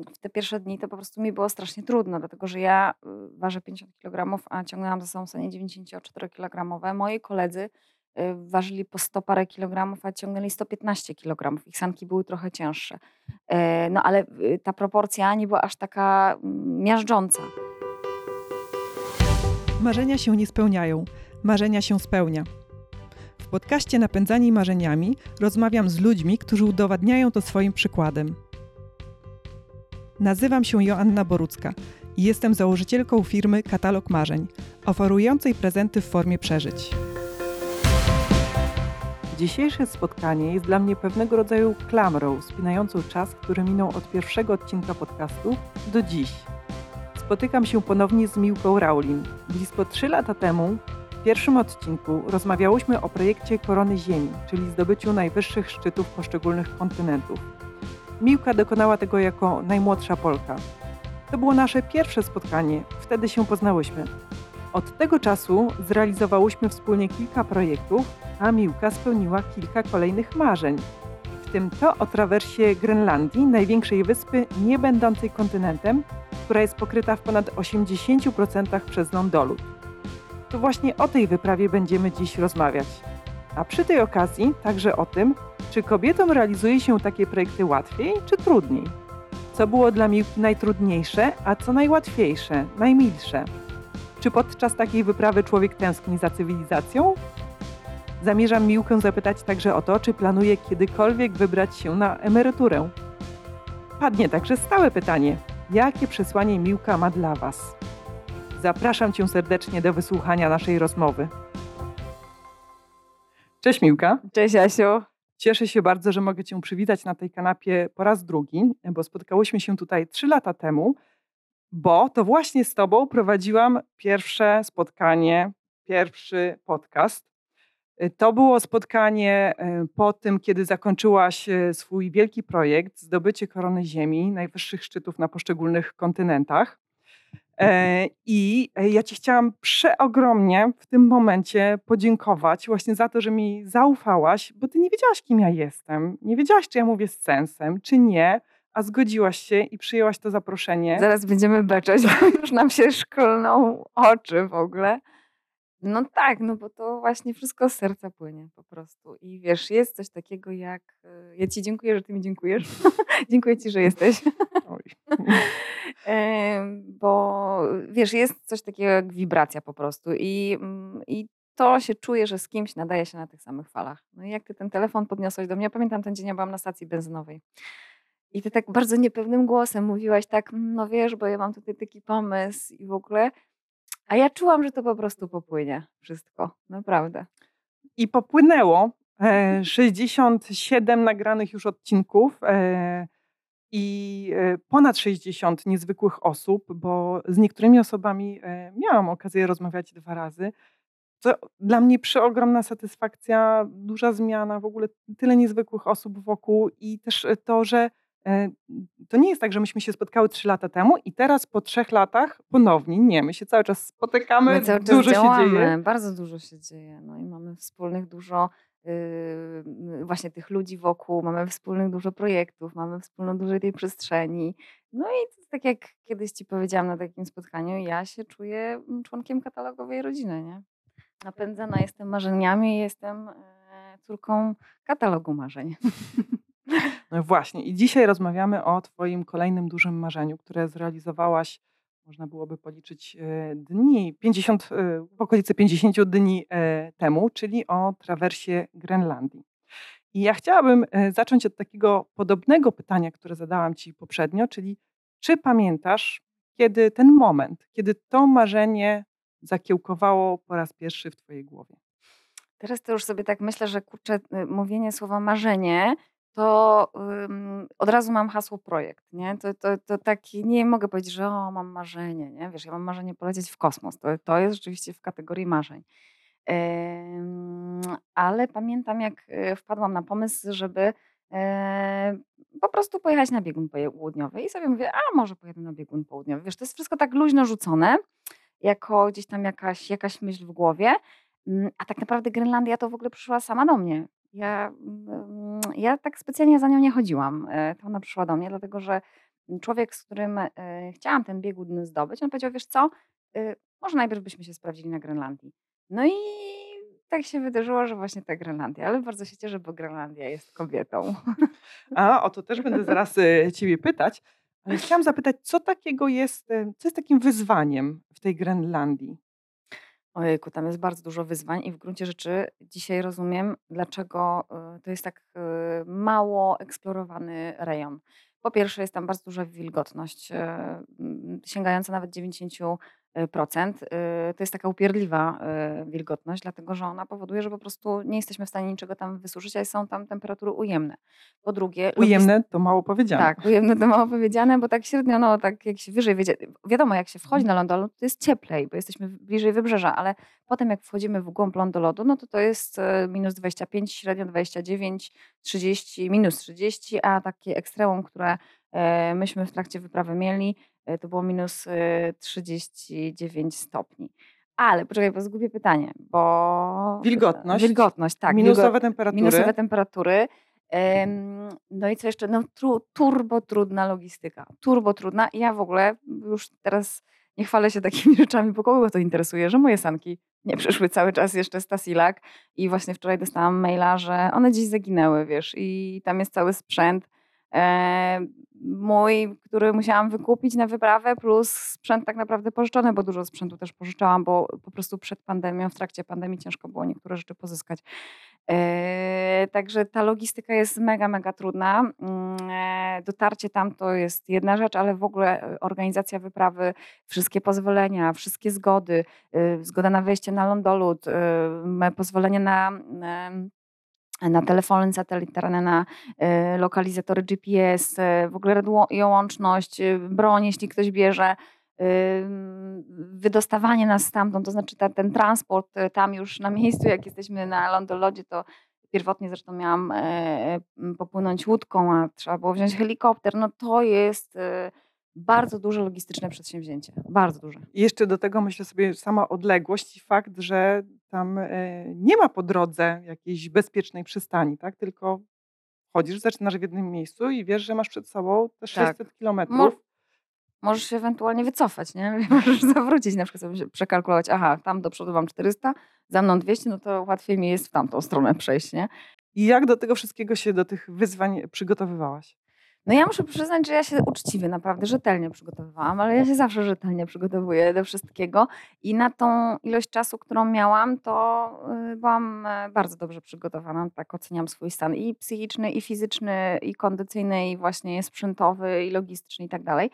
w te pierwsze dni to po prostu mi było strasznie trudno, dlatego że ja ważę 50 kilogramów, a ciągnęłam ze sobą sanie 94-kilogramowe. Moi koledzy ważyli po 100 parę kilogramów, a ciągnęli 115 kilogramów. Ich sanki były trochę cięższe. No ale ta proporcja nie była aż taka miażdżąca. Marzenia się nie spełniają, marzenia się spełnia. W podcaście Napędzani Marzeniami rozmawiam z ludźmi, którzy udowadniają to swoim przykładem. Nazywam się Joanna Borucka i jestem założycielką firmy Katalog Marzeń, oferującej prezenty w formie przeżyć. Dzisiejsze spotkanie jest dla mnie pewnego rodzaju klamrą spinającą czas, który minął od pierwszego odcinka podcastu do dziś. Spotykam się ponownie z Miłką Raulin. Blisko 3 lata temu w pierwszym odcinku rozmawiałyśmy o projekcie Korony Ziemi, czyli zdobyciu najwyższych szczytów poszczególnych kontynentów. Miłka dokonała tego jako najmłodsza Polka. To było nasze pierwsze spotkanie, wtedy się poznałyśmy. Od tego czasu zrealizowałyśmy wspólnie kilka projektów, a Miłka spełniła kilka kolejnych marzeń. W tym to o trawersie Grenlandii, największej wyspy nie będącej kontynentem, która jest pokryta w ponad 80% przez lądolód. To właśnie o tej wyprawie będziemy dziś rozmawiać. A przy tej okazji także o tym, czy kobietom realizuje się takie projekty łatwiej czy trudniej? Co było dla Miłki najtrudniejsze, a co najłatwiejsze, najmilsze? Czy podczas takiej wyprawy człowiek tęskni za cywilizacją? Zamierzam Miłkę zapytać także o to, czy planuje kiedykolwiek wybrać się na emeryturę. Padnie także stałe pytanie: jakie przesłanie Miłka ma dla Was? Zapraszam Cię serdecznie do wysłuchania naszej rozmowy. Cześć Miłka. Cześć Asiu. Cieszę się bardzo, że mogę Cię przywitać na tej kanapie po raz drugi, bo spotkałyśmy się tutaj 3 lata temu, bo to właśnie z Tobą prowadziłam pierwsze spotkanie, pierwszy podcast. To było spotkanie po tym, kiedy zakończyłaś swój wielki projekt Zdobycie Korony Ziemi, najwyższych szczytów na poszczególnych kontynentach. I ja Ci chciałam przeogromnie w tym momencie podziękować właśnie za to, że mi zaufałaś, bo Ty nie wiedziałaś, kim ja jestem. Nie wiedziałaś, czy ja mówię z sensem, czy nie, a zgodziłaś się i przyjęłaś to zaproszenie. Zaraz będziemy beczeć, bo już nam się szkolną oczy w ogóle. No tak, no bo to właśnie wszystko z serca płynie po prostu. I wiesz, jest coś takiego jak... Ja Ci dziękuję, że Ty mi dziękujesz. Dziękuję Ci, że jesteś. Oj. Bo wiesz, jest coś takiego jak wibracja po prostu. I to się czuje, że z kimś nadaje się na tych samych falach. No i jak Ty ten telefon podniosłeś do mnie, pamiętam ten dzień, ja byłam na stacji benzynowej. I Ty tak bardzo niepewnym głosem mówiłaś tak, no wiesz, bo ja mam tutaj taki pomysł i w ogóle... A ja czułam, że to po prostu popłynie wszystko, naprawdę. I popłynęło 67 nagranych już odcinków i ponad 60 niezwykłych osób, bo z niektórymi osobami miałam okazję rozmawiać 2 razy. To dla mnie przeogromna satysfakcja, duża zmiana, w ogóle tyle niezwykłych osób wokół i też to, że to nie jest tak, że myśmy się spotkały 3 lata temu i teraz po 3 latach ponownie. Nie, my się cały czas spotykamy, My cały czas dużo działamy, się dzieje. bardzo dużo się dzieje. No i mamy wspólnych dużo właśnie tych ludzi wokół, mamy wspólnych dużo projektów, mamy wspólną dużo tej przestrzeni. No i to jest tak jak kiedyś Ci powiedziałam na takim spotkaniu, ja się czuję członkiem katalogowej rodziny, nie? Napędzana jestem marzeniami, jestem córką katalogu marzeń. No właśnie i dzisiaj rozmawiamy o Twoim kolejnym dużym marzeniu, które zrealizowałaś, można byłoby policzyć dni, 50, w okolicy 50 dni temu, czyli o trawersie Grenlandii. I ja chciałabym zacząć od takiego podobnego pytania, które zadałam Ci poprzednio, czyli czy pamiętasz, kiedy ten moment, kiedy to marzenie zakiełkowało po raz pierwszy w Twojej głowie? Teraz to już sobie tak myślę, że kurczę, mówienie słowa marzenie, to od razu mam hasło projekt, nie? To taki, nie mogę powiedzieć, że o, mam marzenie, nie? Wiesz, ja mam marzenie polecieć w kosmos. To jest rzeczywiście w kategorii marzeń. Ale pamiętam, jak wpadłam na pomysł, żeby po prostu pojechać na biegun południowy i sobie mówię, a może pojadę na biegun południowy. Wiesz, to jest wszystko tak luźno rzucone, jako gdzieś tam jakaś myśl w głowie. A tak naprawdę Grenlandia to w ogóle przyszła sama do mnie. Ja tak specjalnie za nią nie chodziłam. To ona przyszła do mnie, dlatego że człowiek, z którym chciałam ten biegun zdobyć, on powiedział, wiesz co, może najpierw byśmy się sprawdzili na Grenlandii. No i tak się wydarzyło, że właśnie ta Grenlandia, ale bardzo się cieszę, bo Grenlandia jest kobietą. A o to też będę zaraz ciebie pytać, ale chciałam zapytać, co jest takim wyzwaniem w tej Grenlandii? Ojejku, tam jest bardzo dużo wyzwań i w gruncie rzeczy dzisiaj rozumiem, dlaczego to jest tak mało eksplorowany rejon. Po pierwsze, jest tam bardzo duża wilgotność, sięgająca nawet 90%. To jest taka upierdliwa wilgotność, dlatego że ona powoduje, że po prostu nie jesteśmy w stanie niczego tam wysuszyć, a są tam temperatury ujemne. Po drugie, Ujemne to mało powiedziane. tak, ujemne to mało powiedziane, bo tak średnio, no tak jak się wyżej wiadomo, jak się wchodzi na lądolód, to jest cieplej, bo jesteśmy bliżej wybrzeża, ale potem jak wchodzimy w głąb lądolodu, no to jest minus 25, średnio 29, 30, minus 30, a takie ekstremum, które myśmy w trakcie wyprawy mieli, to było minus 39 stopni. Ale poczekaj, bo zgubię pytanie, bo... Wilgotność, Wilgotność, tak. minusowe temperatury. Minusowe temperatury. No i co jeszcze? No, turbo trudna logistyka. Turbo trudna. I ja w ogóle już teraz nie chwalę się takimi rzeczami, bo kogo to interesuje, że moje sanki nie przyszły cały czas jeszcze z Tasilak i właśnie wczoraj dostałam maila, że one gdzieś zaginęły, wiesz, i tam jest cały sprzęt mój, który musiałam wykupić na wyprawę, plus sprzęt tak naprawdę pożyczony, bo dużo sprzętu też pożyczałam, bo po prostu przed pandemią, w trakcie pandemii ciężko było niektóre rzeczy pozyskać. Także ta logistyka jest mega, mega trudna. Dotarcie tam to jest jedna rzecz, ale w ogóle organizacja wyprawy, wszystkie pozwolenia, wszystkie zgody, zgoda na wejście na lądolód, pozwolenie na telefony satelitarne, na lokalizatory GPS, w ogóle radiołączność, broń, jeśli ktoś bierze, wydostawanie nas stamtąd, to znaczy ten transport tam już na miejscu, jak jesteśmy na lądolodzie, to pierwotnie zresztą miałam popłynąć łódką, a trzeba było wziąć helikopter. No to jest bardzo duże logistyczne przedsięwzięcie. Bardzo duże. I jeszcze do tego myślę sobie sama odległość i fakt, że tam nie ma po drodze jakiejś bezpiecznej przystani, tak? Tylko chodzisz, zaczynasz w jednym miejscu i wiesz, że masz przed sobą te 600 kilometrów. Możesz się ewentualnie wycofać, nie? Możesz zawrócić, na przykład sobie przekalkulować, aha, tam do przodu mam 400, za mną 200, no to łatwiej mi jest w tamtą stronę przejść, nie? I jak do tego wszystkiego się, do tych wyzwań przygotowywałaś? No ja muszę przyznać, że ja się uczciwie, naprawdę rzetelnie przygotowywałam, ale ja się zawsze rzetelnie przygotowuję do wszystkiego i na tą ilość czasu, którą miałam, to byłam bardzo dobrze przygotowana. Tak oceniam swój stan i psychiczny, i fizyczny, i kondycyjny, i właśnie sprzętowy, i logistyczny i tak dalej.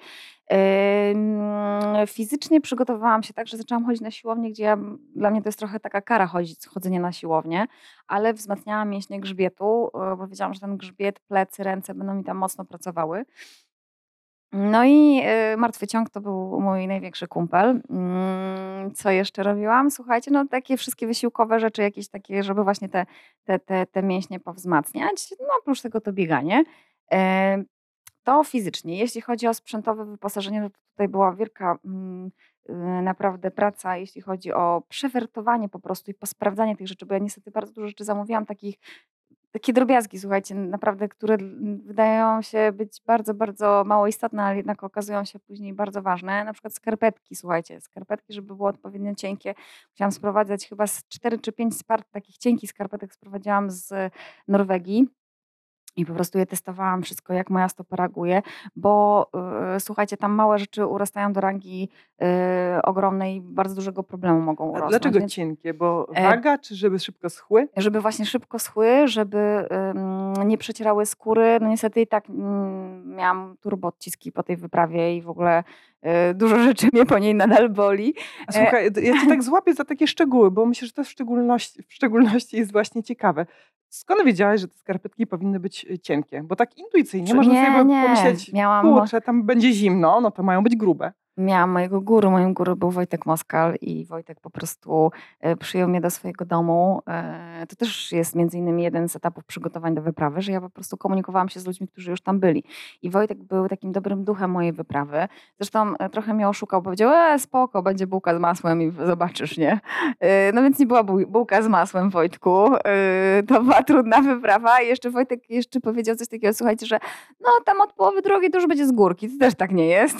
Fizycznie przygotowałam się tak, że zaczęłam chodzić na siłownię, gdzie dla mnie to jest trochę taka kara chodzenie na siłownię, ale wzmacniałam mięśnie grzbietu, bo wiedziałam, że ten grzbiet, plecy, ręce będą mi tam mocno pracowały. No i martwy ciąg to był mój największy kumpel. Co jeszcze robiłam? Słuchajcie, no takie wszystkie wysiłkowe rzeczy, jakieś takie, żeby właśnie te mięśnie powzmacniać. No oprócz tego to bieganie. To fizycznie. Jeśli chodzi o sprzętowe wyposażenie, no to tutaj była wielka naprawdę praca, jeśli chodzi o przewertowanie po prostu i posprawdzanie tych rzeczy, bo ja niestety bardzo dużo rzeczy zamówiłam, takie drobiazgi, słuchajcie, naprawdę, które wydają się być bardzo, bardzo mało istotne, ale jednak okazują się później bardzo ważne. Na przykład skarpetki, słuchajcie, żeby było odpowiednio cienkie. Musiałam sprowadzać chyba z 4 czy 5 takich cienkich skarpetek sprowadziłam z Norwegii. I po prostu je testowałam wszystko, jak moja stopa reaguje, bo słuchajcie, tam małe rzeczy urastają do rangi ogromnej, bardzo dużego problemu mogą A urosnąć. dlaczego Więc cienkie? Bo waga, czy żeby szybko schły? żeby właśnie szybko schły, żeby nie przecierały skóry. No niestety i tak miałam turbo odciski po tej wyprawie i w ogóle dużo rzeczy mnie po niej nadal boli. A słuchaj, ja cię tak złapię za takie szczegóły, bo myślę, że to w szczególności jest właśnie ciekawe. Skąd wiedziałaś, że te skarpetki powinny być cienkie? Bo tak intuicyjnie można sobie pomyśleć, kurczę, tam będzie zimno, no to mają być grube. Miałam mojego guru. Moim guru był Wojtek Moskal i Wojtek po prostu przyjął mnie do swojego domu. To też jest między innymi jeden z etapów przygotowań do wyprawy, że ja po prostu komunikowałam się z ludźmi, którzy już tam byli. I Wojtek był takim dobrym duchem mojej wyprawy. Zresztą trochę mnie oszukał, powiedział, spoko, będzie bułka z masłem i zobaczysz, nie? No więc nie była bułka z masłem, Wojtku. To była trudna wyprawa. I jeszcze Wojtek powiedział coś takiego, słuchajcie, że no tam od połowy drogi to już będzie z górki. To też tak nie jest.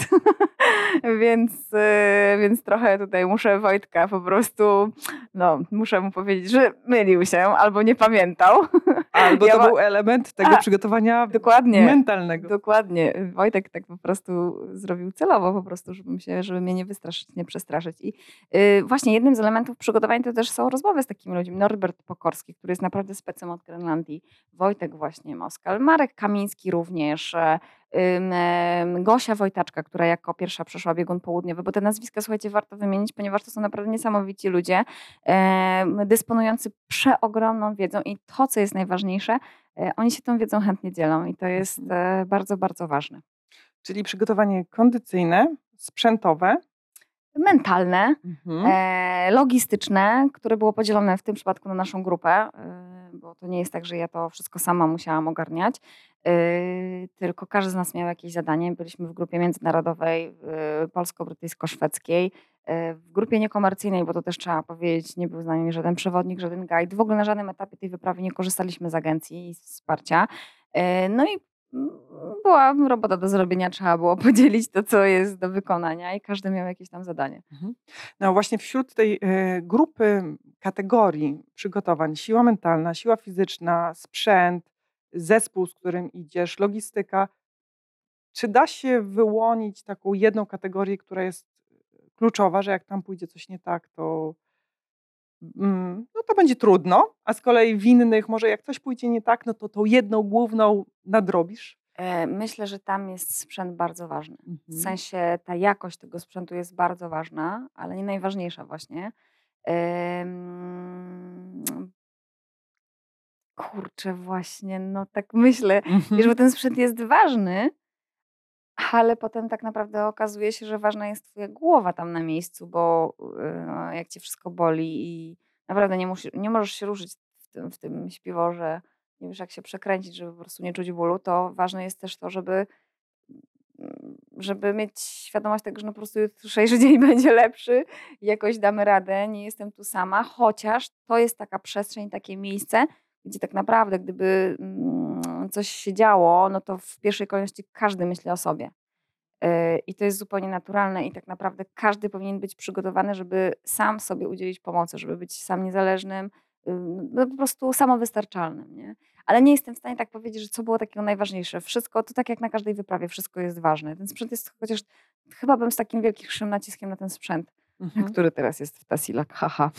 Więc trochę tutaj muszę Wojtka po prostu, muszę mu powiedzieć, że mylił się albo nie pamiętał. Albo to był element tego przygotowania dokładnie, mentalnego. Dokładnie. Wojtek tak po prostu zrobił celowo po prostu, żeby mnie nie wystraszyć, nie przestraszyć. I właśnie jednym z elementów przygotowań to też są rozmowy z takimi ludźmi. Norbert Pokorski, który jest naprawdę specem od Grenlandii. Wojtek właśnie Moskal. Marek Kamiński również. Gosia Wojtaczka, która jako pierwsza przeszła biegun południowy, bo te nazwiska, słuchajcie, warto wymienić, ponieważ to są naprawdę niesamowici ludzie, dysponujący przeogromną wiedzą i to, co jest najważniejsze, oni się tą wiedzą chętnie dzielą i to jest bardzo, bardzo ważne. Czyli przygotowanie kondycyjne, sprzętowe, mentalne, logistyczne, które było podzielone w tym przypadku na naszą grupę, bo to nie jest tak, że ja to wszystko sama musiałam ogarniać, tylko każdy z nas miał jakieś zadanie. Byliśmy w grupie międzynarodowej, polsko-brytyjsko-szwedzkiej, w grupie niekomercyjnej, bo to też trzeba powiedzieć, nie był z nami żaden przewodnik, żaden guide. W ogóle na żadnym etapie tej wyprawy nie korzystaliśmy z agencji i z wsparcia. No i była robota do zrobienia, trzeba było podzielić to, co jest do wykonania i każdy miał jakieś tam zadanie. No właśnie wśród tej grupy kategorii przygotowań, siła mentalna, siła fizyczna, sprzęt, zespół, z którym idziesz, logistyka, czy da się wyłonić taką jedną kategorię, która jest kluczowa, że jak tam pójdzie coś nie tak, to no to będzie trudno, a z kolei w innych, może jak coś pójdzie nie tak, no to tą jedną główną nadrobisz? Myślę, że tam jest sprzęt bardzo ważny. W sensie ta jakość tego sprzętu jest bardzo ważna, ale nie najważniejsza właśnie. Kurczę, właśnie, no tak myślę, że ten sprzęt jest ważny, ale potem tak naprawdę okazuje się, że ważna jest twoja głowa tam na miejscu, bo jak cię wszystko boli i naprawdę nie możesz się ruszyć w tym śpiworze, nie wiesz jak się przekręcić, żeby po prostu nie czuć bólu, to ważne jest też to, żeby mieć świadomość tego, że no po prostu jutrzejszy dzień będzie lepszy, jakoś damy radę, nie jestem tu sama, chociaż to jest taka przestrzeń, takie miejsce, gdzie tak naprawdę gdyby coś się działo, no to w pierwszej kolejności każdy myśli o sobie. I to jest zupełnie naturalne i tak naprawdę każdy powinien być przygotowany, żeby sam sobie udzielić pomocy, żeby być sam niezależnym, no po prostu samowystarczalnym, nie? Ale nie jestem w stanie tak powiedzieć, że co było takiego najważniejsze. Wszystko, to tak jak na każdej wyprawie, wszystko jest ważne. Ten sprzęt jest, chociaż chyba bym z takim wielkim naciskiem na ten sprzęt, który teraz jest w Tasilak, haha.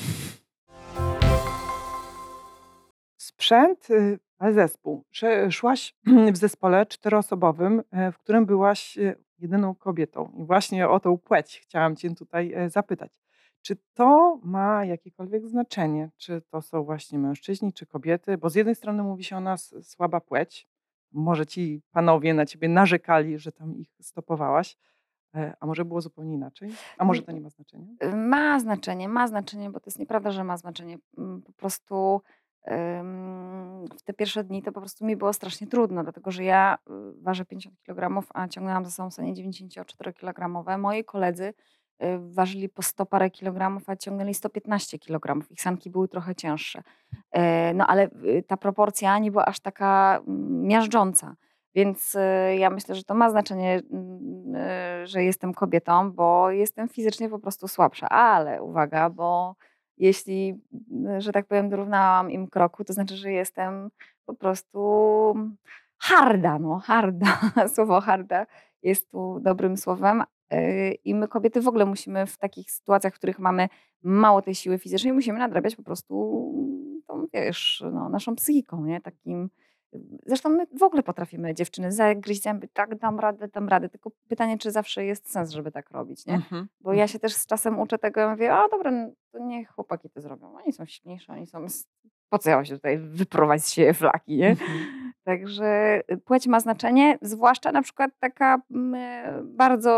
Sprzęt, ale zespół. Szłaś w zespole 4-osobowym, w którym byłaś jedyną kobietą. I właśnie o tą płeć chciałam cię tutaj zapytać. Czy to ma jakiekolwiek znaczenie? Czy to są właśnie mężczyźni, czy kobiety? Bo z jednej strony mówi się o nas słaba płeć. Może ci panowie na ciebie narzekali, że tam ich stopowałaś. A może było zupełnie inaczej? A może to nie ma znaczenia? Ma znaczenie, bo to jest nieprawda, że ma znaczenie. Po prostu w te pierwsze dni to po prostu mi było strasznie trudno, dlatego że ja ważę 50 kg, a ciągnęłam za sobą sanie 94-kilogramowe. Moi koledzy ważyli po 100 parę kilogramów, a ciągnęli 115 kg. Ich sanki były trochę cięższe. No ale ta proporcja nie była aż taka miażdżąca. Więc ja myślę, że to ma znaczenie, że jestem kobietą, bo jestem fizycznie po prostu słabsza. Ale uwaga, bo jeśli, że tak powiem, dorównałam im kroku, to znaczy, że jestem po prostu harda, harda. Słowo harda jest tu dobrym słowem. I my kobiety w ogóle musimy w takich sytuacjach, w których mamy mało tej siły fizycznej, musimy nadrabiać po prostu tą, wiesz, naszą psychiką, nie? Takim. Zresztą my w ogóle potrafimy, dziewczyny, zagryźć zęby, tak, dam radę. Tylko pytanie, czy zawsze jest sens, żeby tak robić, nie? Bo ja się też z czasem uczę tego, ja mówię, dobra, no to niech chłopaki to zrobią. Oni są silniejsi, oni są. Po co ja się tutaj wyprowadzić z siebie flaki, nie? Także płeć ma znaczenie, zwłaszcza na przykład taka bardzo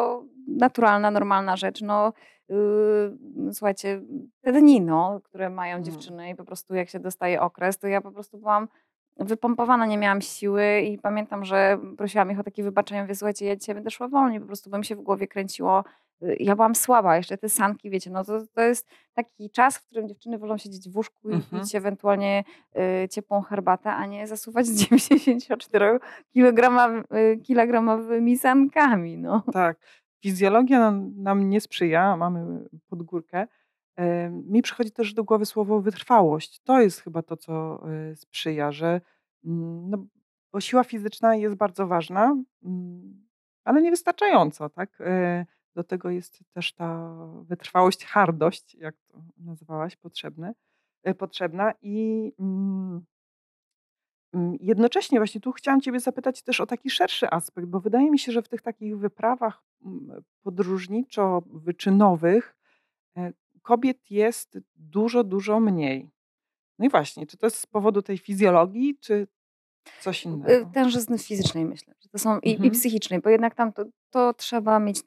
naturalna, normalna rzecz. No, słuchajcie, te dni, które mają Mm. dziewczyny i po prostu jak się dostaje okres, to ja po prostu byłam wypompowana, nie miałam siły i pamiętam, że prosiłam ich o takie wybaczenie. Mówię, słuchajcie, ja dzisiaj będę szła wolniej, po prostu bo mi się w głowie kręciło. Ja byłam słaba, jeszcze te sanki, wiecie, to jest taki czas, w którym dziewczyny wolą siedzieć w łóżku i pić ewentualnie ciepłą herbatę, a nie zasuwać z 94-kilogramowymi sankami. No. Tak, fizjologia nam nie sprzyja, mamy podgórkę. Mi przychodzi też do głowy słowo wytrwałość. To jest chyba to, co sprzyja, że no, bo siła fizyczna jest bardzo ważna, ale niewystarczająco, tak? Do tego jest też ta wytrwałość, hardość, jak to nazywałaś, potrzebna i jednocześnie właśnie tu chciałam ciebie zapytać też o taki szerszy aspekt, bo wydaje mi się, że w tych takich wyprawach podróżniczo-wyczynowych kobiet jest dużo, dużo mniej. No i właśnie, czy to jest z powodu tej fizjologii, czy coś innego? Tężyzny fizycznej myślę, że to są i Mhm. psychicznej, bo jednak tam to trzeba mieć.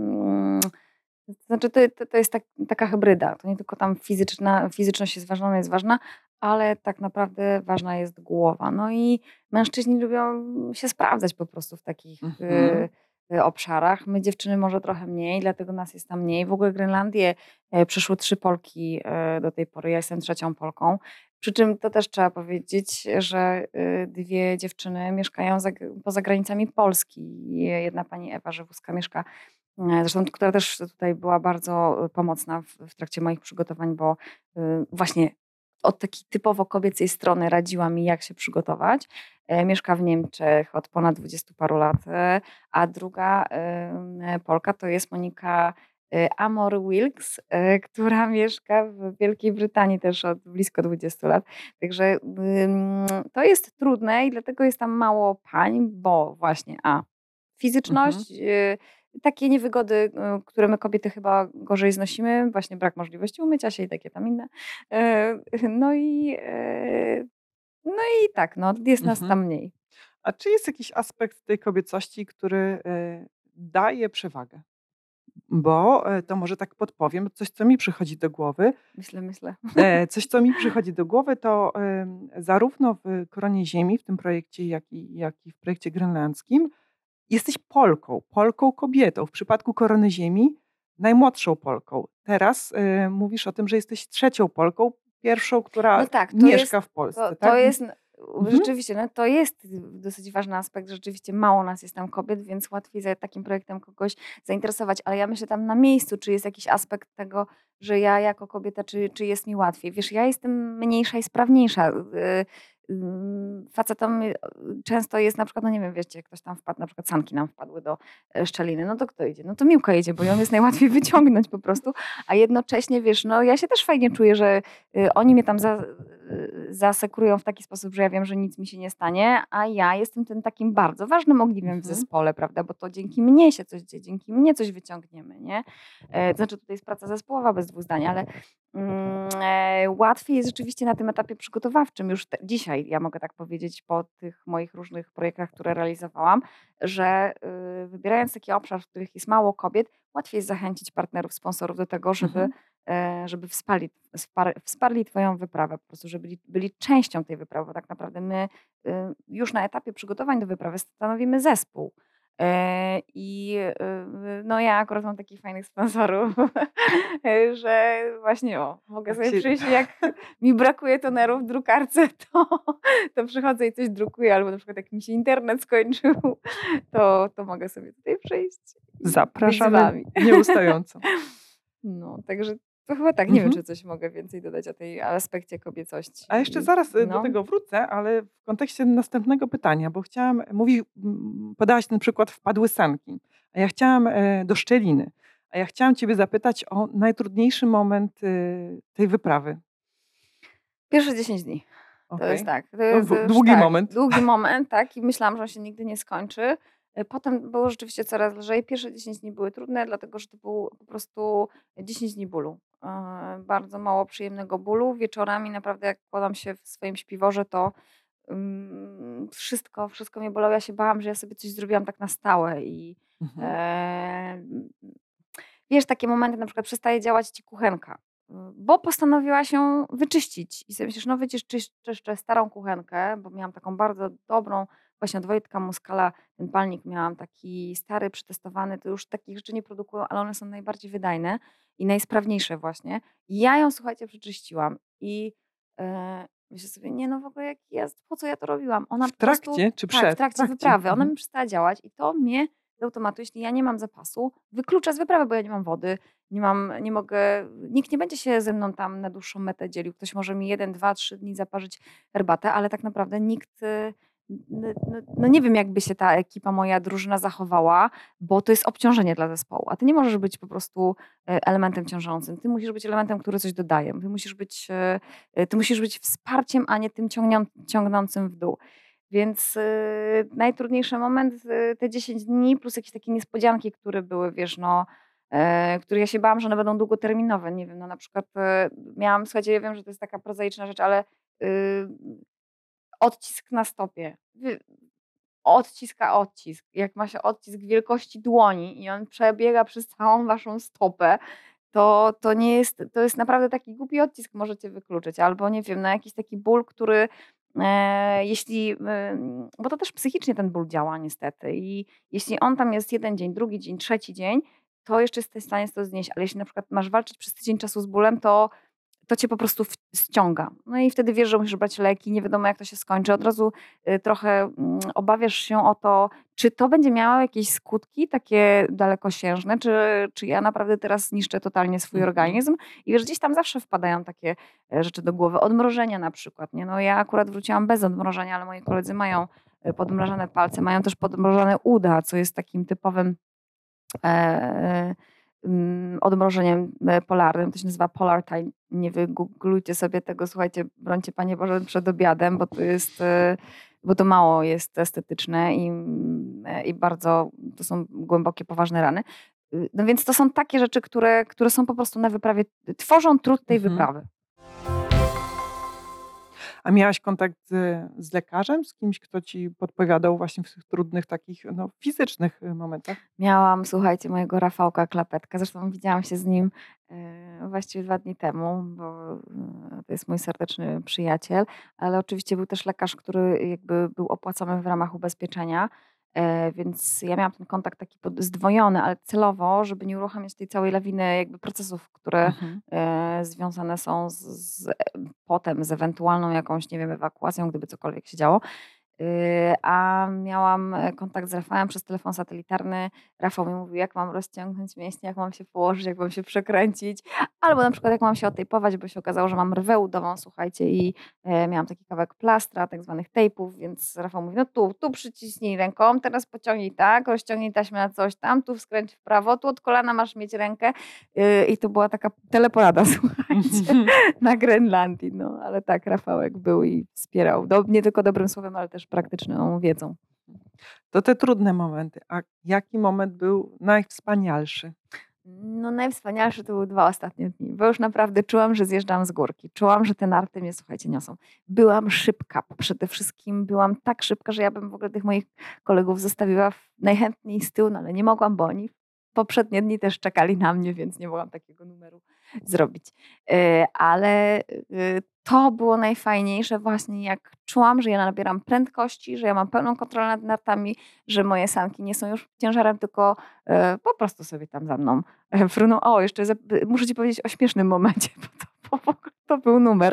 To znaczy, to jest taka hybryda. To nie tylko tam fizyczność jest ważna, ona jest ważna, ale tak naprawdę ważna jest głowa. No i mężczyźni lubią się sprawdzać po prostu w takich Mhm. obszarach. My dziewczyny może trochę mniej, dlatego nas jest tam mniej. W ogóle Grenlandię przeszły 3 Polki do tej pory. Ja jestem 3. Polką. Przy czym to też trzeba powiedzieć, że 2 dziewczyny mieszkają poza granicami Polski. Jedna pani Ewa Żywuska mieszka zresztą, która też tutaj była bardzo pomocna w trakcie moich przygotowań, bo właśnie od takiej typowo kobiecej strony radziła mi, jak się przygotować. Mieszka w Niemczech od ponad 20 paru lat, a druga Polka to jest Monika Amor Wilks, która mieszka w Wielkiej Brytanii też od blisko 20 lat. Także to jest trudne i dlatego jest tam mało pań, bo właśnie Mhm. fizyczność, takie niewygody, które my kobiety chyba gorzej znosimy, właśnie brak możliwości umycia się i takie tam inne. E, No i, e, no i tak, jest nas Mhm. tam mniej. A czy jest jakiś aspekt tej kobiecości, który daje przewagę? Bo to może tak podpowiem, coś, co mi przychodzi do głowy. Myślę. Coś, co mi przychodzi do głowy, to zarówno w Koronie Ziemi, w tym projekcie, jak i w projekcie grenlandzkim, jesteś Polką, Polką kobietą. W przypadku Korony Ziemi najmłodszą Polką. Teraz mówisz o tym, że jesteś 3. Polką, pierwszą, która No tak, mieszka w Polsce, to tak? jest Mhm. rzeczywiście, to jest dosyć ważny aspekt. Rzeczywiście mało nas jest tam kobiet, więc łatwiej za takim projektem kogoś zainteresować. Ale ja myślę tam na miejscu, czy jest jakiś aspekt tego, że ja jako kobieta, czy jest mi łatwiej. Wiesz, ja jestem mniejsza i sprawniejsza. Facetom często jest na przykład, no nie wiem, wiecie, ktoś tam wpadł, na przykład sanki nam wpadły do szczeliny, no to kto idzie? No to Miłka idzie, bo ją jest najłatwiej wyciągnąć po prostu, a jednocześnie, wiesz, ja się też fajnie czuję, że oni mnie tam zasekurują w taki sposób, że ja wiem, że nic mi się nie stanie, a ja jestem tym takim bardzo ważnym ogniwem w Mhm. zespole, prawda, bo to dzięki mnie się coś dzieje, dzięki mnie coś wyciągniemy, nie? To znaczy tutaj jest praca zespołowa bez 2 zdań, ale łatwiej jest rzeczywiście na tym etapie przygotowawczym. Już dzisiaj, ja mogę tak powiedzieć, po tych moich różnych projektach, które realizowałam, że wybierając taki obszar, w których jest mało kobiet, łatwiej jest zachęcić partnerów, sponsorów do tego, Mhm. żeby wsparli Twoją wyprawę, po prostu, żeby byli częścią tej wyprawy, bo tak naprawdę my już na etapie przygotowań do wyprawy stanowimy zespół. I ja akurat mam takich fajnych sponsorów, że właśnie mogę Tak sobie się przyjść, jak mi brakuje tonerów w drukarce, to przychodzę i coś drukuję, albo na przykład jak mi się internet skończył, to mogę sobie tutaj przyjść i być z zapraszamy Wami. nieustająco. Także to chyba tak. Nie wiem, Mhm. czy coś mogę więcej dodać o tej aspekcie kobiecości. A jeszcze zaraz do No. tego wrócę, ale w kontekście następnego pytania, bo chciałam, podałaś ten przykład wpadły sanki, a ja chciałam do szczeliny, a ja chciałam ciebie zapytać o najtrudniejszy moment tej wyprawy. Pierwsze 10 dni. To jest Okej. tak. To No, jest już długi tak. moment. Długi moment, tak. I myślałam, że on się nigdy nie skończy. Potem było rzeczywiście coraz lżej. Pierwsze 10 dni były trudne, dlatego że to był po prostu 10 dni bólu. Bardzo mało przyjemnego bólu. Wieczorami naprawdę jak kładłam się w swoim śpiworze, to wszystko mnie bolało. Ja się bałam, że ja sobie coś zrobiłam tak na stałe i Mhm. e, wiesz, takie momenty, na przykład przestaje działać ci kuchenka, bo postanowiłaś ją wyczyścić i sobie myślisz, no czyszczę starą kuchenkę, bo miałam taką bardzo dobrą, właśnie od Wojtka Muskala, ten palnik miałam taki stary, przetestowany, to już takich rzeczy nie produkują, ale one są najbardziej wydajne i najsprawniejsze właśnie. I ja ją, słuchajcie, przeczyściłam i myślę sobie, nie no w ogóle jak jest, po co ja to robiłam? Ona W po prostu, trakcie czy tak, w przed? W trakcie trakcie. wyprawy, ona Mhm. mi przestała działać i to mnie z automatu, jeśli ja nie mam zapasu, wyklucza z wyprawy, bo ja nie mam wody, nie mogę, nikt nie będzie się ze mną tam na dłuższą metę dzielił. Ktoś może mi 1, 2, 3 dni zaparzyć herbatę, ale tak naprawdę nikt, no nie wiem jakby się ta ekipa, moja drużyna zachowała, bo to jest obciążenie dla zespołu, a ty nie możesz być po prostu elementem ciążącym. Ty musisz być elementem, który coś dodaje. Ty musisz być wsparciem, a nie tym ciągnącym w dół. Więc najtrudniejszy moment, te 10 dni plus jakieś takie niespodzianki, które były, wiesz, no, które ja się bałam, że one będą długoterminowe. Nie wiem, no na przykład miałam, słuchajcie, ja wiem, że to jest taka prozaiczna rzecz, ale y, odcisk na stopie. Odcisk. Jak ma się odcisk wielkości dłoni i on przebiega przez całą waszą stopę, to nie jest, to jest naprawdę taki głupi odcisk możecie wykluczyć. Albo nie wiem, na jakiś taki ból, który jeśli, bo to też psychicznie ten ból działa niestety i jeśli on tam jest jeden dzień, drugi dzień, trzeci dzień, to jeszcze jesteś w stanie to znieść, ale jeśli na przykład masz walczyć przez tydzień czasu z bólem, to cię po prostu ściąga. No i wtedy wiesz, że musisz brać leki, nie wiadomo jak to się skończy. Od razu trochę obawiasz się o to, czy to będzie miało jakieś skutki takie dalekosiężne, czy ja naprawdę teraz niszczę totalnie swój organizm. I wiesz, gdzieś tam zawsze wpadają takie rzeczy do głowy. Odmrożenia na przykład. Nie? No ja akurat wróciłam bez odmrożenia, ale moi koledzy mają podmrażane palce, mają też podmrożone uda, co jest takim typowym e, odmrożeniem polarnym. To się nazywa Polar Time. Nie wygooglujcie sobie tego, słuchajcie, brońcie Panie Boże przed obiadem, bo to jest, bo to mało jest estetyczne i bardzo to są głębokie, poważne rany. No więc to są takie rzeczy, które są po prostu na wyprawie, tworzą trud tej wyprawy. A miałaś kontakt z lekarzem, z kimś, kto ci podpowiadał właśnie w tych trudnych takich fizycznych momentach? Miałam, słuchajcie, mojego Rafałka Klapetka. Zresztą widziałam się z nim właściwie 2 dni temu, bo to jest mój serdeczny przyjaciel, ale oczywiście był też lekarz, który jakby był opłacony w ramach ubezpieczenia, więc ja miałam ten kontakt taki zdwojony, ale celowo, żeby nie uruchamiać tej całej lawiny jakby procesów, które związane są potem z ewentualną jakąś, nie wiem, ewakuacją, gdyby cokolwiek się działo. A miałam kontakt z Rafałem przez telefon satelitarny. Rafał mi mówił, jak mam rozciągnąć mięśnie, jak mam się położyć, jak mam się przekręcić, albo na przykład jak mam się otejpować, bo się okazało, że mam rwę udową, słuchajcie, i miałam taki kawałek plastra, tak zwanych tejpów, więc Rafał mówi, no tu przyciśnij ręką, teraz pociągnij tak, rozciągnij taśmę na coś tam, tu skręć w prawo, tu od kolana masz mieć rękę i to była taka teleporada, słuchajcie, na Grenlandii, no ale tak, Rafałek był i wspierał, nie tylko dobrym słowem, ale też praktyczną wiedzą. To te trudne momenty. A jaki moment był najwspanialszy? No najwspanialsze to były 2 ostatnie dni, bo już naprawdę czułam, że zjeżdżam z górki. Czułam, że te narty mnie, słuchajcie, niosą. Byłam szybka. Przede wszystkim byłam tak szybka, że ja bym w ogóle tych moich kolegów zostawiła najchętniej z tyłu, no ale nie mogłam, bo oni poprzednie dni też czekali na mnie, więc nie mogłam takiego numeru zrobić. Ale to było najfajniejsze właśnie, jak czułam, że ja nabieram prędkości, że ja mam pełną kontrolę nad nartami, że moje sanki nie są już ciężarem, tylko po prostu sobie tam za mną fruną. O, jeszcze muszę ci powiedzieć o śmiesznym momencie, bo to był numer.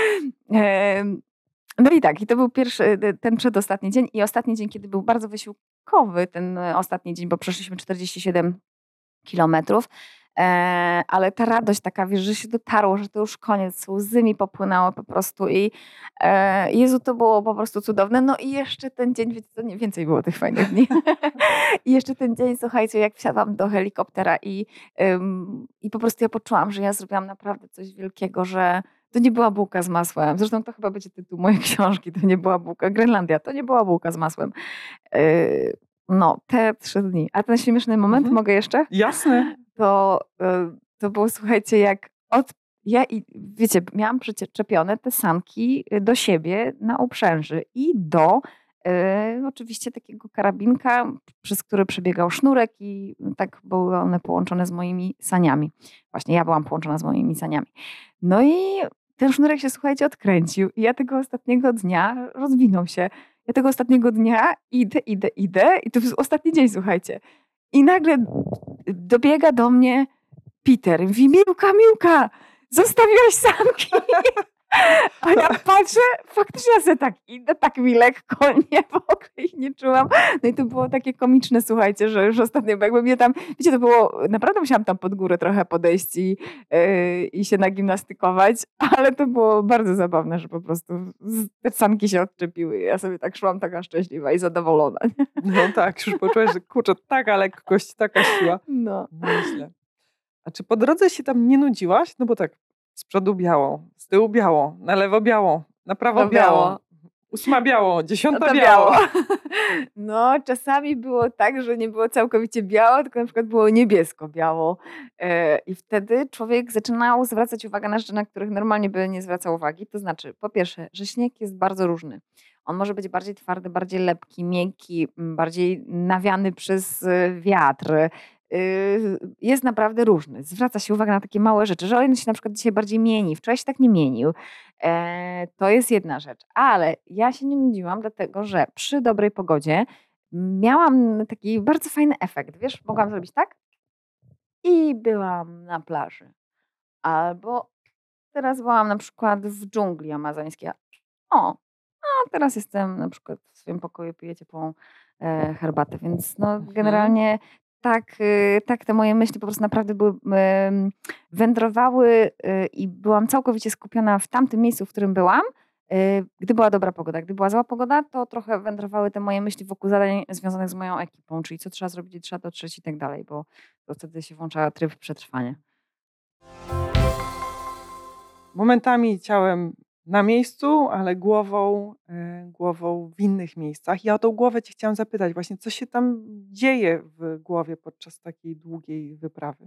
No i tak, i to był ten przedostatni dzień i ostatni dzień, kiedy był bardzo wysiłkowy, ten ostatni dzień, bo przeszliśmy 47 kilometrów. Ale ta radość taka, wiesz, że się dotarło, że to już koniec, łzy mi popłynęły po prostu i Jezu, to było po prostu cudowne. No i jeszcze ten dzień, wiecie, to nie więcej było tych fajnych dni. I jeszcze ten dzień, słuchajcie, jak wsiadłam do helikoptera i po prostu ja poczułam, że ja zrobiłam naprawdę coś wielkiego, że to nie była bułka z masłem. Zresztą to chyba będzie tytuł mojej książki, to nie była bułka. Grenlandia, to nie była bułka z masłem. No, te 3 dni. A ten śmieszny moment, mogę jeszcze? Jasne. To było, słuchajcie, ja i wiecie, miałam przyczepione te sanki do siebie na uprzęży i do Oczywiście takiego karabinka, przez który przebiegał sznurek i tak były one połączone z moimi saniami. Właśnie ja byłam połączona z moimi saniami. No i ten sznurek się, słuchajcie, odkręcił i ja tego ostatniego dnia, rozwinął się, ja tego ostatniego dnia idę i to był ostatni dzień, słuchajcie. I nagle dobiega do mnie Peter i mówi: Miłka, zostawiłaś sanki. A ja patrzę, faktycznie ja sobie tak idę, tak mi lekko, nie, w ogóle ich nie czułam. No i to było takie komiczne, słuchajcie, że już ostatnio, bo jakby mnie tam, wiecie, to było, naprawdę musiałam tam pod górę trochę podejść i się nagimnastykować, ale to było bardzo zabawne, że po prostu te sanki się odczepiły i ja sobie tak szłam taka szczęśliwa i zadowolona. Nie? No tak, już poczułaś, że kurczę, taka lekkość, taka siła. No. Myślę. A czy po drodze się tam nie nudziłaś? No bo tak, z przodu biało, z tyłu biało, na lewo biało, na prawo biało, 8 biało, 10 to biało. No, czasami było tak, że nie było całkowicie biało, tylko na przykład było niebiesko-biało. I wtedy człowiek zaczynał zwracać uwagę na rzeczy, na których normalnie by nie zwracał uwagi. To znaczy, po pierwsze, że śnieg jest bardzo różny. On może być bardziej twardy, bardziej lepki, miękki, bardziej nawiany przez wiatr. Jest naprawdę różny. Zwraca się uwagę na takie małe rzeczy, że on się na przykład dzisiaj bardziej mieni, wczoraj się tak nie mienił. To jest jedna rzecz. Ale ja się nie nudziłam, dlatego że przy dobrej pogodzie miałam taki bardzo fajny efekt. Wiesz, mogłam zrobić tak i byłam na plaży. Albo teraz byłam na przykład w dżungli amazońskiej. O, a teraz jestem na przykład w swoim pokoju, piję ciepłą herbatę, więc no generalnie tak te moje myśli po prostu naprawdę były, wędrowały i byłam całkowicie skupiona w tamtym miejscu, w którym byłam, gdy była dobra pogoda. Gdy była zła pogoda, to trochę wędrowały te moje myśli wokół zadań związanych z moją ekipą, czyli co trzeba zrobić, gdzie trzeba dotrzeć i tak dalej, bo to wtedy się włącza tryb przetrwania. Momentami ciałem na miejscu, ale głową w innych miejscach. Ja o tą głowę cię chciałam zapytać właśnie, co się tam dzieje w głowie podczas takiej długiej wyprawy?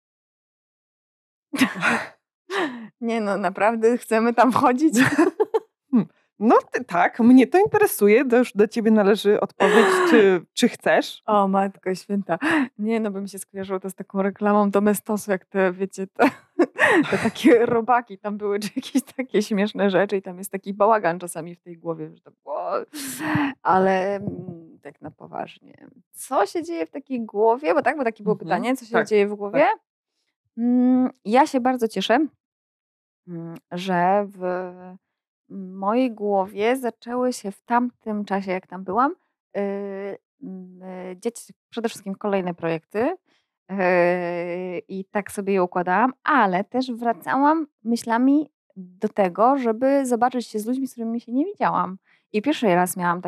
Nie no, naprawdę chcemy tam wchodzić? No tak, mnie to interesuje, to już do ciebie należy odpowiedź, czy chcesz. O matko święta. Nie no, by mi się skojarzyło to z taką reklamą Domestosu, jak te, wiecie, te takie robaki tam były, czy jakieś takie śmieszne rzeczy i tam jest taki bałagan czasami w tej głowie, że to było... Ale tak na poważnie. Co się dzieje w takiej głowie? Bo takie było pytanie, co się dzieje w głowie? Tak. Ja się bardzo cieszę, że w mojej głowie zaczęły się w tamtym czasie, jak tam byłam, dziać przede wszystkim kolejne projekty i tak sobie je układałam, ale też wracałam myślami do tego, żeby zobaczyć się z ludźmi, z którymi się nie widziałam. I pierwszy raz miałam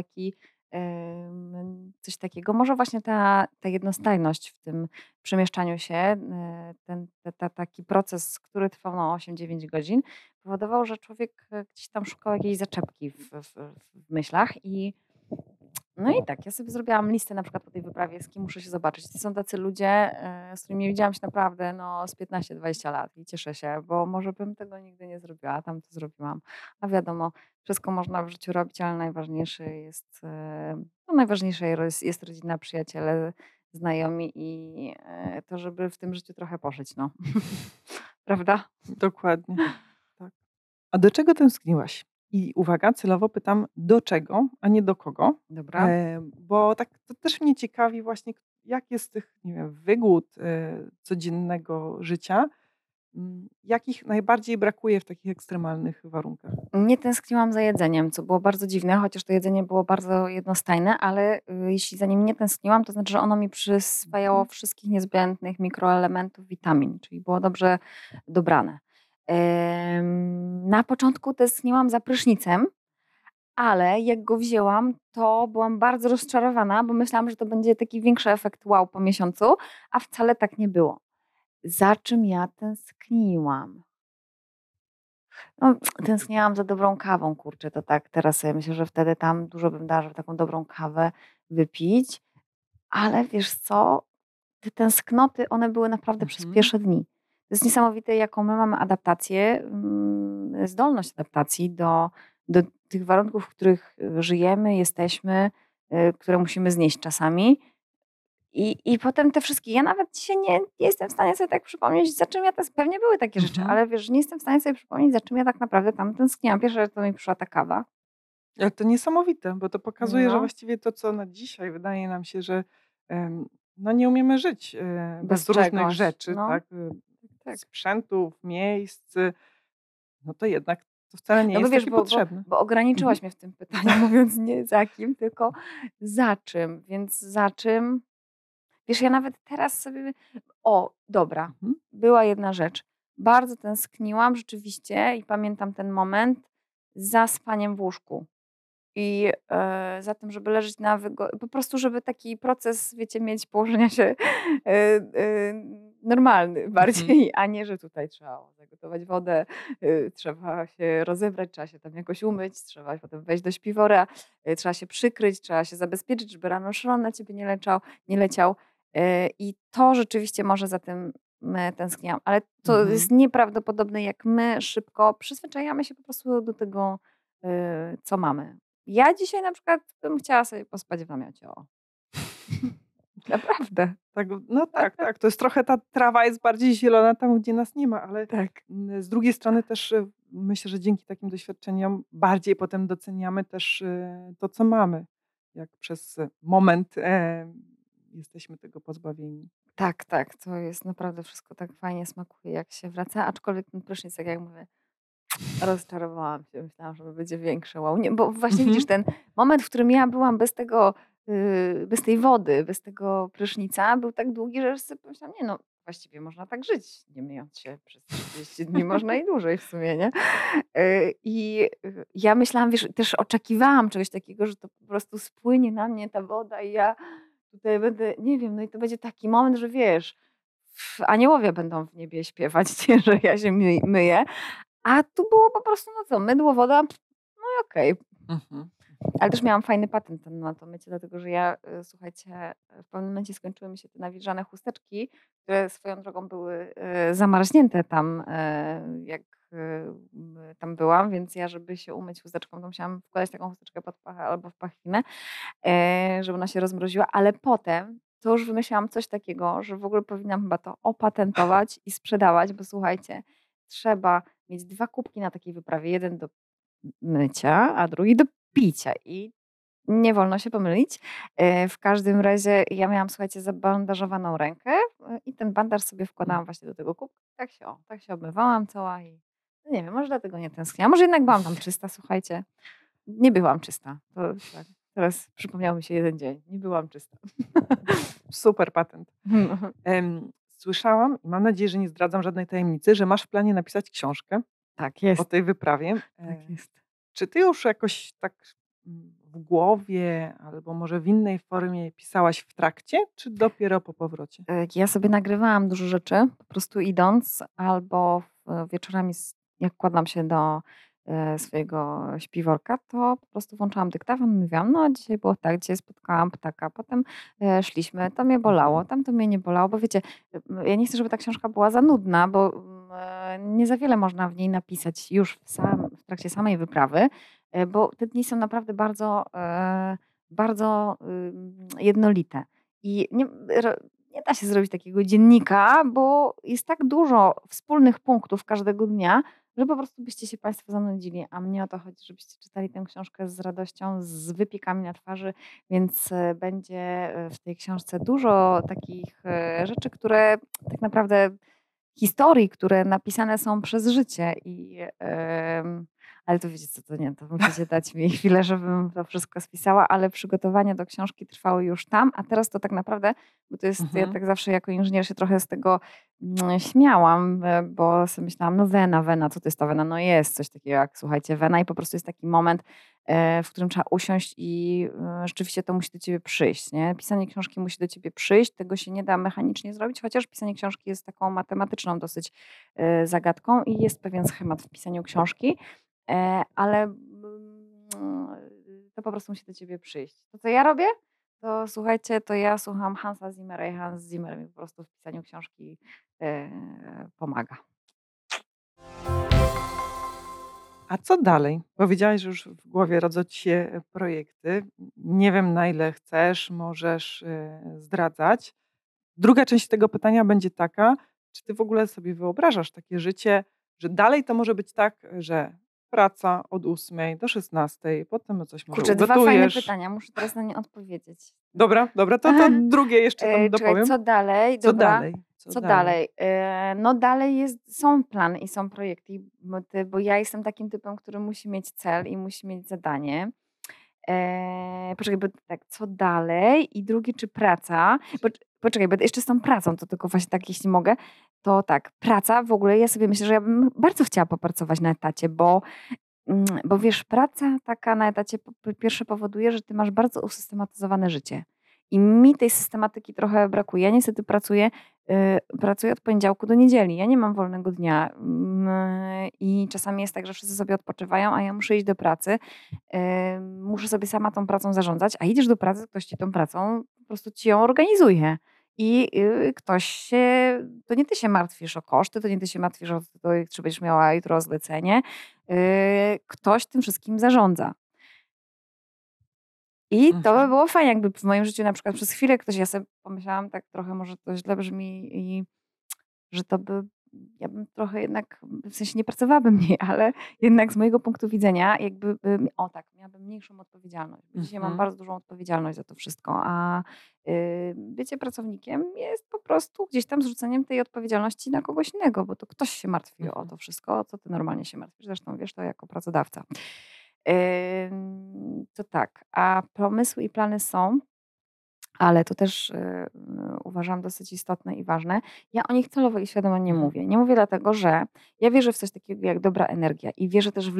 coś takiego, może właśnie ta jednostajność w tym przemieszczaniu się, taki proces, który trwał 8-9 godzin, powodował, że człowiek gdzieś tam szukał jakiejś zaczepki w myślach no i tak, ja sobie zrobiłam listę na przykład po tej wyprawie, z kim muszę się zobaczyć. To są tacy ludzie, z którymi widziałam się naprawdę z 15-20 lat i cieszę się, bo może bym tego nigdy nie zrobiła, a tam to zrobiłam. A wiadomo, wszystko można w życiu robić, ale najważniejsze jest rodzina, przyjaciele, znajomi i to, żeby w tym życiu trochę pożyć, no. Prawda? Dokładnie. Tak. A do czego tęskniłaś? I uwaga, celowo pytam do czego, a nie do kogo. Dobra. Bo tak to też mnie ciekawi właśnie, jak jest tych, nie wiem, wygód codziennego życia, jakich najbardziej brakuje w takich ekstremalnych warunkach. Nie tęskniłam za jedzeniem, co było bardzo dziwne, chociaż to jedzenie było bardzo jednostajne, ale jeśli za nim nie tęskniłam, to znaczy, że ono mi przyswajało wszystkich niezbędnych mikroelementów, witamin, czyli było dobrze dobrane. Na początku tęskniłam za prysznicem, ale jak go wzięłam, to byłam bardzo rozczarowana, bo myślałam, że to będzie taki większy efekt wow po miesiącu, a wcale tak nie było. Za czym ja tęskniłam? No, tęskniłam za dobrą kawą, kurczę, to tak teraz sobie myślę, że wtedy tam dużo bym dała, żeby taką dobrą kawę wypić, ale wiesz co, te tęsknoty, one były naprawdę przez pierwsze dni. To jest niesamowite, jaką my mamy adaptację, zdolność adaptacji do tych warunków, w których żyjemy, jesteśmy, które musimy znieść czasami. I potem te wszystkie, ja nawet dzisiaj nie jestem w stanie sobie tak przypomnieć, za czym ja pewnie były takie rzeczy, Mhm. ale wiesz, nie jestem w stanie sobie przypomnieć, za czym ja tak naprawdę tam tęskniłam. Pierwsze, to mi przyszła ta kawa. Ale to niesamowite, bo to pokazuje, że No, właściwie to, co na dzisiaj wydaje nam się, że no nie umiemy żyć bez bez różnych czegoś. rzeczy, No, tak? tak. Sprzętów, miejsc, no to jednak to wcale nie No bo jest wiesz, takie bo, bo, potrzebne. bo Mhm. ograniczyłaś mnie w tym pytaniu, mówiąc nie za kim, tylko za czym. Więc za czym? Wiesz, ja nawet teraz sobie. O, dobra. Mhm. Była jedna rzecz. Bardzo tęskniłam rzeczywiście i pamiętam ten moment za spaniem w łóżku. I za tym, żeby leżeć po prostu, żeby taki proces, wiecie, mieć położenia się normalny Mhm. bardziej, a nie, że tutaj trzeba zagotować wodę, trzeba się rozebrać, trzeba się tam jakoś umyć, trzeba potem wejść do śpiwora, trzeba się przykryć, trzeba się zabezpieczyć, żeby rano szron na ciebie nie leciał. I to rzeczywiście może za tym tęskniłam, ale to Mhm. jest nieprawdopodobne, jak my szybko przyzwyczajamy się po prostu do tego, co mamy. Ja dzisiaj na przykład bym chciała sobie pospać w namiocie, o. Naprawdę. Tak, no tak, tak. To jest trochę ta trawa jest bardziej zielona tam, gdzie nas nie ma, ale Tak. z drugiej strony też myślę, że dzięki takim doświadczeniom bardziej potem doceniamy też to, co mamy. Jak przez moment jesteśmy tego pozbawieni. Tak, tak, to jest naprawdę wszystko tak fajnie smakuje, jak się wraca, aczkolwiek ten prysznic, tak jak mówię, rozczarowałam się, myślałam, że będzie większe wow. Nie, bo właśnie widzisz, Mhm. ten moment, w którym ja byłam bez tego, bez tej wody, bez tego prysznica, był tak długi, że sobie pomyślałam, nie no, właściwie można tak żyć, nie myjąc się przez 30 dni, można i dłużej w sumie, nie? Ja myślałam, wiesz, też oczekiwałam czegoś takiego, że to po prostu spłynie na mnie ta woda i ja tutaj będę, nie wiem, no i to będzie taki moment, że wiesz, aniołowie będą w niebie śpiewać, nie, że ja się myję, a tu było po prostu, no co, mydło, woda, no i okej. Mhm. Ale też miałam fajny patent na to mycie, dlatego że ja, słuchajcie, w pewnym momencie skończyły mi się te nawilżane chusteczki, które swoją drogą były zamarznięte tam, jak tam byłam, więc ja, żeby się umyć chusteczką, to musiałam wkładać taką chusteczkę pod pachę albo w pachwinę, żeby ona się rozmroziła, ale potem to już wymyśliłam coś takiego, że w ogóle powinnam chyba to opatentować i sprzedawać, bo słuchajcie, trzeba mieć 2 kubki na takiej wyprawie, jeden do mycia, a drugi do picia i nie wolno się pomylić. W każdym razie ja miałam, słuchajcie, zabandażowaną rękę, i ten bandaż sobie wkładałam właśnie do tego kubka. Tak się obmywałam cała i no nie wiem, może dlatego nie tęskniłam. Może jednak byłam tam czysta, słuchajcie. Nie byłam czysta. To tak. Teraz przypomniał mi się jeden dzień. Nie byłam czysta. Super patent. Słyszałam i mam nadzieję, że nie zdradzam żadnej tajemnicy, że masz w planie napisać książkę Tak o jest. tej wyprawie. Tak jest. Czy ty już jakoś tak w głowie albo może w innej formie pisałaś w trakcie, czy dopiero po powrocie? Ja sobie nagrywałam dużo rzeczy, po prostu idąc, albo wieczorami, jak kładłam się do swojego śpiworka, to po prostu włączałam dyktafon i mówiłam, no dzisiaj było tak, dzisiaj spotkałam ptaka, potem szliśmy, to mnie bolało, Mhm. tam to mnie nie bolało, bo wiecie, ja nie chcę, żeby ta książka była za nudna, bo nie za wiele można w niej napisać już w trakcie samej wyprawy, bo te dni są naprawdę bardzo, bardzo jednolite. I nie da się zrobić takiego dziennika, bo jest tak dużo wspólnych punktów każdego dnia, że po prostu byście się Państwo zanudzili. A mnie o to chodzi, żebyście czytali tę książkę z radością, z wypiekami na twarzy, więc będzie w tej książce dużo takich rzeczy, które tak naprawdę historii, które napisane są przez życie ale to wiecie co, to nie, to musicie dać mi chwilę, żebym to wszystko spisała, ale przygotowania do książki trwały już tam, a teraz to tak naprawdę, bo to jest, ja Mhm. tak zawsze jako inżynier się trochę z tego śmiałam, bo sobie myślałam, no wena, co to jest ta wena? No jest coś takiego jak, słuchajcie, wena i po prostu jest taki moment, w którym trzeba usiąść i rzeczywiście to musi do ciebie przyjść, nie? Pisanie książki musi do ciebie przyjść, tego się nie da mechanicznie zrobić, chociaż pisanie książki jest taką matematyczną dosyć zagadką i jest pewien schemat w pisaniu książki, ale to po prostu musi do ciebie przyjść. To, co ja robię, to słuchajcie, to ja słucham Hansa Zimmera i Hans Zimmer mi po prostu w pisaniu książki pomaga. A co dalej? Powiedziałaś, że już w głowie rodzą ci się projekty. Nie wiem, na ile chcesz, możesz zdradzać. Druga część tego pytania będzie taka, czy ty w ogóle sobie wyobrażasz takie życie, że dalej to może być tak, że praca od 8 do 16, potem coś może Kurczę, 2 fajne ugotujesz. pytania, muszę teraz na nie odpowiedzieć. Dobra, to drugie jeszcze tam Czekaj, dopowiem. co dalej? Co Dobra. dalej? Co dalej? No dalej są plany i są projekty, bo ja jestem takim typem, który musi mieć cel i musi mieć zadanie. Poczekaj, bo tak, co dalej? I drugie, czy praca? Poczekaj, bo jeszcze z tą pracą, to tylko właśnie tak, jeśli mogę, to tak, praca w ogóle, ja sobie myślę, że ja bym bardzo chciała popracować na etacie, bo wiesz, praca taka na etacie po pierwsze powoduje, że ty masz bardzo usystematyzowane życie. I mi tej systematyki trochę brakuje. Ja niestety pracuję od poniedziałku do niedzieli. Ja nie mam wolnego dnia. I czasami jest tak, że wszyscy sobie odpoczywają, a ja muszę iść do pracy. Muszę sobie sama tą pracą zarządzać, a idziesz do pracy, ktoś ci tą pracą po prostu ci ją organizuje. I to nie ty się martwisz o koszty, to nie ty się martwisz o to, czy będziesz miała jutro zlecenie. Ktoś tym wszystkim zarządza. I to by było fajnie, jakby w moim życiu na przykład przez chwilę ja sobie pomyślałam, tak trochę może to źle brzmi i że ja bym trochę jednak, w sensie nie pracowałabym mniej, ale jednak z mojego punktu widzenia jakby, miałabym mniejszą odpowiedzialność. Dzisiaj mam bardzo dużą odpowiedzialność za to wszystko, a bycie pracownikiem jest po prostu gdzieś tam zrzuceniem tej odpowiedzialności na kogoś innego, bo to ktoś się martwi o to wszystko, o co ty normalnie się martwisz. Zresztą wiesz to jako pracodawca. To tak, a pomysły i plany są, ale to też uważam dosyć istotne i ważne. Ja o nich celowo i świadomie nie mówię. Nie mówię dlatego, że ja wierzę w coś takiego jak dobra energia i wierzę też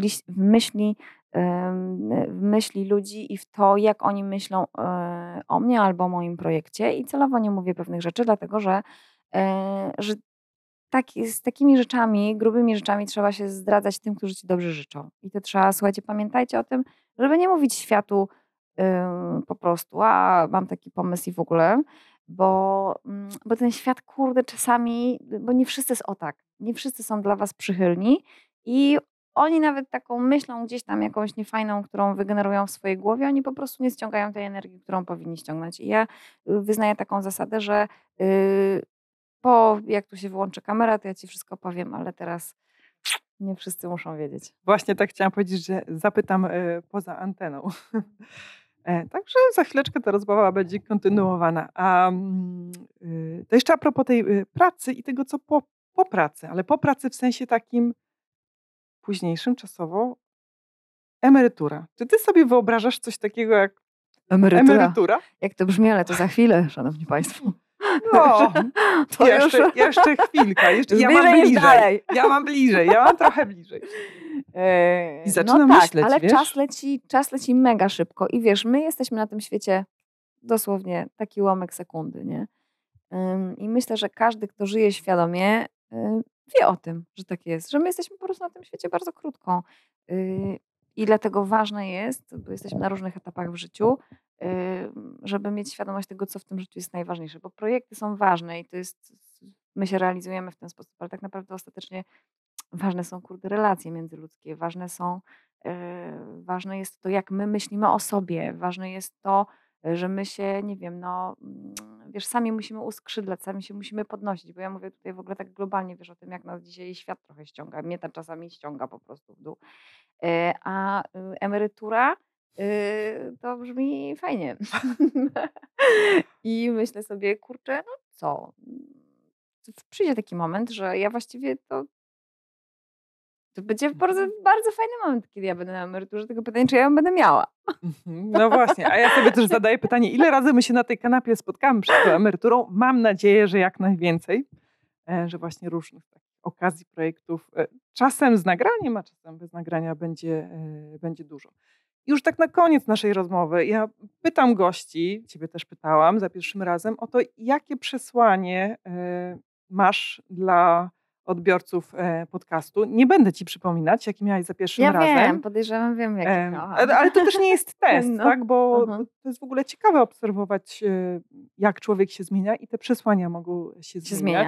w myśli ludzi i w to, jak oni myślą o mnie albo o moim projekcie i celowo nie mówię pewnych rzeczy, dlatego że z takimi rzeczami, grubymi rzeczami trzeba się zdradzać tym, którzy ci dobrze życzą. I to trzeba, słuchajcie, pamiętajcie o tym, żeby nie mówić światu po prostu, a mam taki pomysł i w ogóle, bo ten świat, kurde, czasami, bo nie wszyscy nie wszyscy są dla was przychylni i oni nawet taką myślą gdzieś tam jakąś niefajną, którą wygenerują w swojej głowie, oni po prostu nie ściągają tej energii, którą powinni ściągnąć. I ja wyznaję taką zasadę, że jak tu się wyłączy kamera, to ja ci wszystko powiem, ale teraz nie wszyscy muszą wiedzieć. Właśnie tak chciałam powiedzieć, że zapytam poza anteną. Także za chwileczkę ta rozmowa będzie kontynuowana. A to jeszcze a propos tej pracy i tego, co po pracy, ale po pracy w sensie takim późniejszym czasowo, emerytura. Czy ty sobie wyobrażasz coś takiego jak emerytura? Jak to brzmi, ale to za chwilę, szanowni państwo. No, to jeszcze chwilka. Ja mam bliżej, ja mam trochę bliżej. I zaczynam myśleć, ale wiesz? czas leci mega szybko i wiesz, my jesteśmy na tym świecie dosłownie taki ułamek sekundy, nie? I myślę, że każdy, kto żyje świadomie, wie o tym, że tak jest, że my jesteśmy po prostu na tym świecie bardzo krótko. I dlatego ważne jest, bo jesteśmy na różnych etapach w życiu, żeby mieć świadomość tego, co w tym życiu jest najważniejsze, bo projekty są ważne i my się realizujemy w ten sposób, ale tak naprawdę ostatecznie ważne są relacje międzyludzkie, ważne jest to, jak my myślimy o sobie, ważne jest to, że my się, nie wiem, wiesz, sami musimy uskrzydlać, sami się musimy podnosić, bo ja mówię tutaj w ogóle tak globalnie, wiesz, o tym, jak nas dzisiaj świat trochę ściąga, mnie tam czasami ściąga po prostu w dół. A emerytura to brzmi fajnie. I myślę sobie, kurczę, no co? Przyjdzie taki moment, że ja właściwie to będzie bardzo, bardzo fajny moment, kiedy ja będę na emeryturze, tylko pytanie, czy ja ją będę miała. No właśnie, a ja sobie też zadaję pytanie, ile razy my się na tej kanapie spotkamy przed tą emeryturą? Mam nadzieję, że jak najwięcej, że właśnie różnych takich okazji, projektów, czasem z nagraniem, a czasem bez nagrania będzie dużo. I już tak na koniec naszej rozmowy, ja pytam gości, ciebie też pytałam za pierwszym razem, o to, jakie przesłanie masz dla odbiorców podcastu. Nie będę ci przypominać, jaki miałeś za pierwszym razem. Ja wiem, podejrzewam, wiem, jaki miałam. Ale to też nie jest test, tak? Bo to jest w ogóle ciekawe obserwować, jak człowiek się zmienia i te przesłania mogą się zmieniać.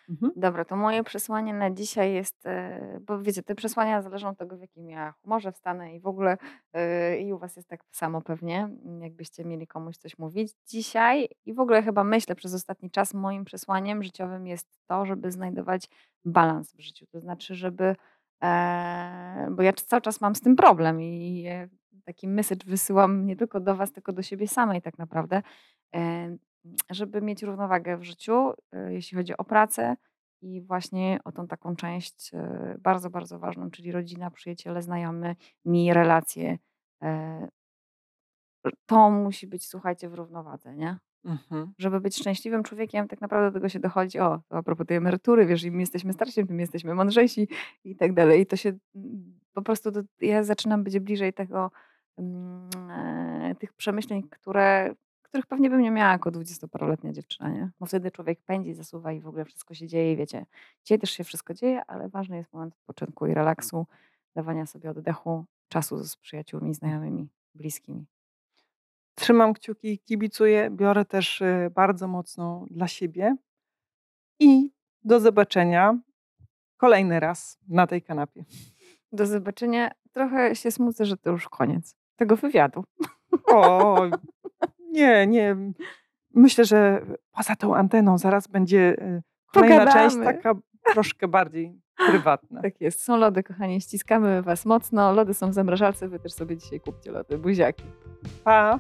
Mhm. Dobra, to moje przesłanie na dzisiaj jest, bo wiecie, te przesłania zależą od tego, w jakim ja humorze wstanę i w ogóle i u was jest tak samo pewnie, jakbyście mieli komuś coś mówić. Dzisiaj i w ogóle chyba myślę przez ostatni czas moim przesłaniem życiowym jest to, żeby znajdować balans w życiu. To znaczy, żeby, bo ja cały czas mam z tym problem i taki message wysyłam nie tylko do was, tylko do siebie samej tak naprawdę, e, żeby mieć równowagę w życiu, jeśli chodzi o pracę i właśnie o tą taką część bardzo, bardzo ważną, czyli rodzina, przyjaciele, znajomi, relacje. E, To musi być, słuchajcie, w równowadze, nie? Mhm. Żeby być szczęśliwym człowiekiem, tak naprawdę do tego się dochodzi. O, to a propos tej emerytury, wiesz, im jesteśmy starsi, tym jesteśmy mądrzejsi i tak dalej. I to się po prostu, ja zaczynam być bliżej tego, tych przemyśleń, których pewnie bym nie miała jako 20-paroletnia dziewczyna, nie? Bo wtedy człowiek pędzi, zasuwa i w ogóle wszystko się dzieje i wiecie, dzisiaj też się wszystko dzieje, ale ważny jest moment odpoczynku i relaksu, dawania sobie oddechu, czasu z przyjaciółmi, znajomymi, bliskimi. Trzymam kciuki, kibicuję, biorę też bardzo mocno dla siebie i do zobaczenia kolejny raz na tej kanapie. Do zobaczenia. Trochę się smucę, że to już koniec tego wywiadu. O, nie. Myślę, że poza tą anteną zaraz będzie kolejna część Pogadamy. taka troszkę bardziej prywatna. Tak jest. Są lody, kochani. Ściskamy was mocno. Lody są w zamrażalce. Wy też sobie dzisiaj kupcie lody. Buziaki. Pa!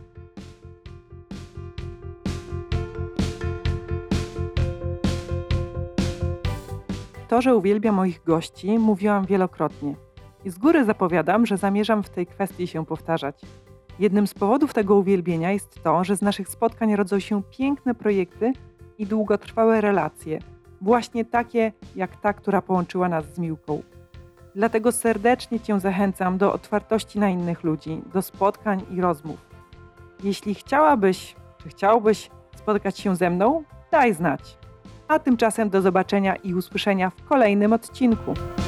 To, że uwielbiam moich gości, mówiłam wielokrotnie. I z góry zapowiadam, że zamierzam w tej kwestii się powtarzać. Jednym z powodów tego uwielbienia jest to, że z naszych spotkań rodzą się piękne projekty i długotrwałe relacje. Właśnie takie, jak ta, która połączyła nas z Miłką. Dlatego serdecznie Cię zachęcam do otwartości na innych ludzi, do spotkań i rozmów. Jeśli chciałabyś, czy chciałbyś spotkać się ze mną, daj znać. A tymczasem do zobaczenia i usłyszenia w kolejnym odcinku.